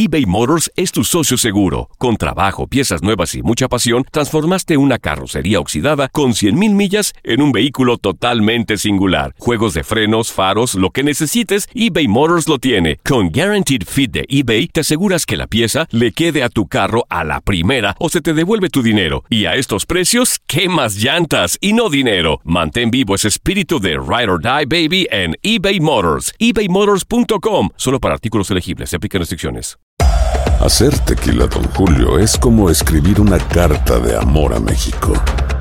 eBay Motors es tu socio seguro. Con trabajo, piezas nuevas y mucha pasión, transformaste una carrocería oxidada con 100,000 millas en un vehículo totalmente singular. Juegos de frenos, faros, lo que necesites, eBay Motors lo tiene. Con Guaranteed Fit de eBay, te aseguras que la pieza le quede a tu carro a la primera o se te devuelve tu dinero. Y a estos precios, ¿qué más llantas y no dinero? Mantén vivo ese espíritu de Ride or Die, baby, en eBay Motors. ebaymotors.com. Solo para artículos elegibles. Se aplican restricciones. Hacer tequila Don Julio es como escribir una carta de amor a México.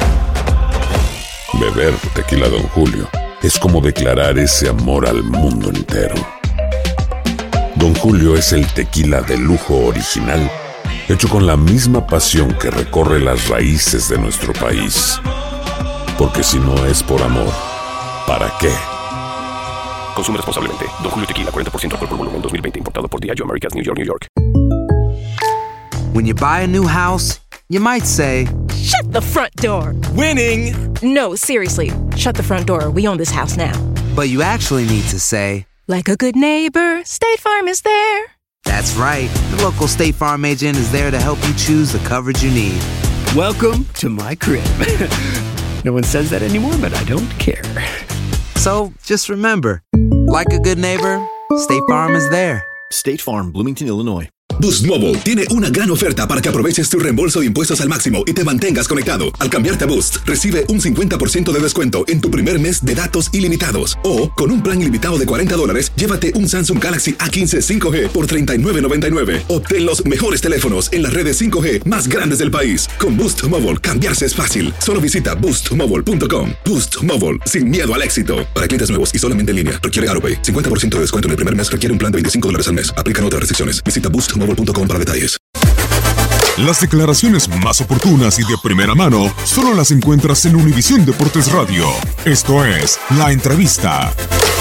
Beber tequila Don Julio es como declarar ese amor al mundo entero. Don Julio es el tequila de lujo original, hecho con la misma pasión que recorre las raíces de nuestro país. Porque si no es por amor, ¿para qué? Consume responsablemente. Don Julio Tequila, 40% alcohol por volumen, 2020. Importado por Diageo Americas, New York, New York. When you buy a new house, you might say, "Shut the front door." Winning! No, seriously. Shut the front door. We own this house now. but you actually need to say, like a good neighbor, State Farm is there. That's right. The local State Farm agent is there to help you choose the coverage you need. Welcome to my crib. No one says that anymore, but I don't care. So just remember, like a good neighbor, State Farm is there. State Farm, Bloomington, Illinois. Boost Mobile tiene una gran oferta para que aproveches tu reembolso de impuestos al máximo y te mantengas conectado. Al cambiarte a Boost, recibe un 50% de descuento en tu primer mes de datos ilimitados. O, con un plan ilimitado de $40, llévate un Samsung Galaxy A15 5G por $39.99. Obtén los mejores teléfonos en las redes 5G más grandes del país. Con Boost Mobile, cambiarse es fácil. Solo visita boostmobile.com. Boost Mobile, sin miedo al éxito. Para clientes nuevos y solamente en línea, requiere AutoPay. 50% de descuento en el primer mes, requiere un plan de $25 al mes. Aplican otras restricciones. Visita boostmobile.com para detalles. Las declaraciones más oportunas y de primera mano solo las encuentras en Univisión Deportes Radio. Esto es La Entrevista.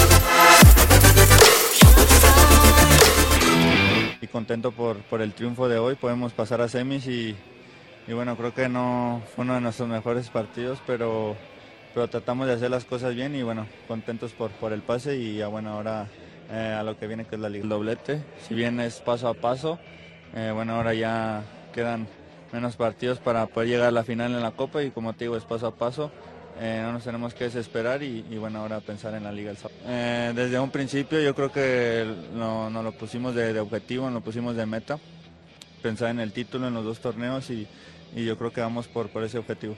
Y contento por el triunfo de hoy. Podemos pasar a semis y bueno, creo que no fue uno de nuestros mejores partidos, pero tratamos de hacer las cosas bien y bueno, contentos por el pase y ya bueno, ahora a lo que viene, que es la liga. El doblete, si bien es paso a paso, bueno, ahora ya quedan menos partidos para poder llegar a la final en la Copa y como te digo, es paso a paso. No nos tenemos que desesperar y bueno, ahora pensar en la liga el sábado. Desde un principio yo creo que nos lo pusimos de objetivo, nos lo pusimos de meta, pensar en el título en los dos torneos y yo creo que vamos por ese objetivo.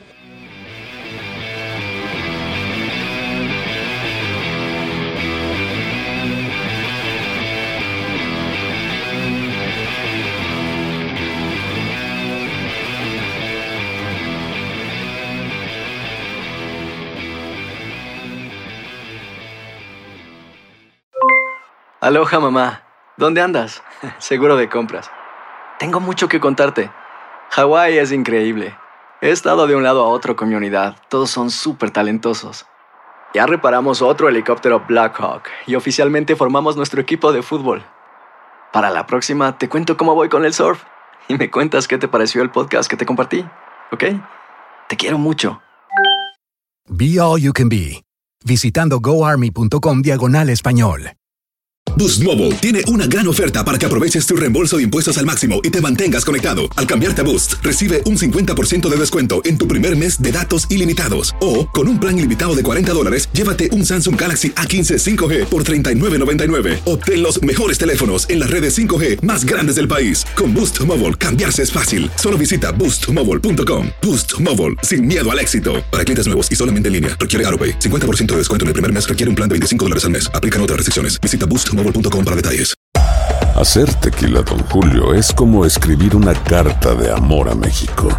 Aloha, mamá. ¿Dónde andas? Seguro de compras. Tengo mucho que contarte. Hawái es increíble. He estado de un lado a otro con mi unidad. Todos son súper talentosos. Ya reparamos otro helicóptero Blackhawk y oficialmente formamos nuestro equipo de fútbol. Para la próxima te cuento cómo voy con el surf y me cuentas qué te pareció el podcast que te compartí, ¿ok? Te quiero mucho. Be All You Can Be. Visitando goarmy.com/español. Boost Mobile tiene una gran oferta para que aproveches tu reembolso de impuestos al máximo y te mantengas conectado. Al cambiarte a Boost, recibe un 50% de descuento en tu primer mes de datos ilimitados. O, con un plan ilimitado de $40, llévate un Samsung Galaxy A15 5G por $39.99. Obtén los mejores teléfonos en las redes 5G más grandes del país. Con Boost Mobile, cambiarse es fácil. Solo visita boostmobile.com. Boost Mobile, sin miedo al éxito. Para clientes nuevos y solamente en línea, requiere AutoPay. 50% de descuento en el primer mes, requiere un plan de $25 al mes. Aplican otras restricciones. Visita boostmobile.com para detalles. Hacer tequila Don Julio es como escribir una carta de amor a México.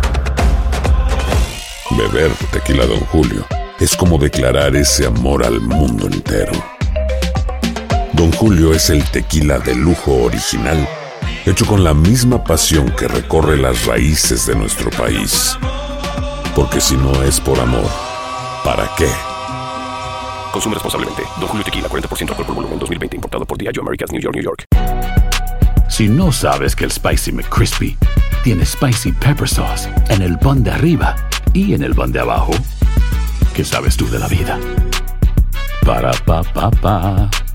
Beber tequila Don Julio es como declarar ese amor al mundo entero. Don Julio es el tequila de lujo original, hecho con la misma pasión que recorre las raíces de nuestro país. Porque si no es por amor, ¿para qué? Consume responsablemente. Don Julio Tequila, 40% alcohol por volumen, 2020. Importado por Diageo Americas, New York, New York. Si no sabes que el Spicy McCrispy tiene Spicy Pepper Sauce en el pan de arriba y en el pan de abajo, ¿qué sabes tú de la vida? Para, pa, pa, pa.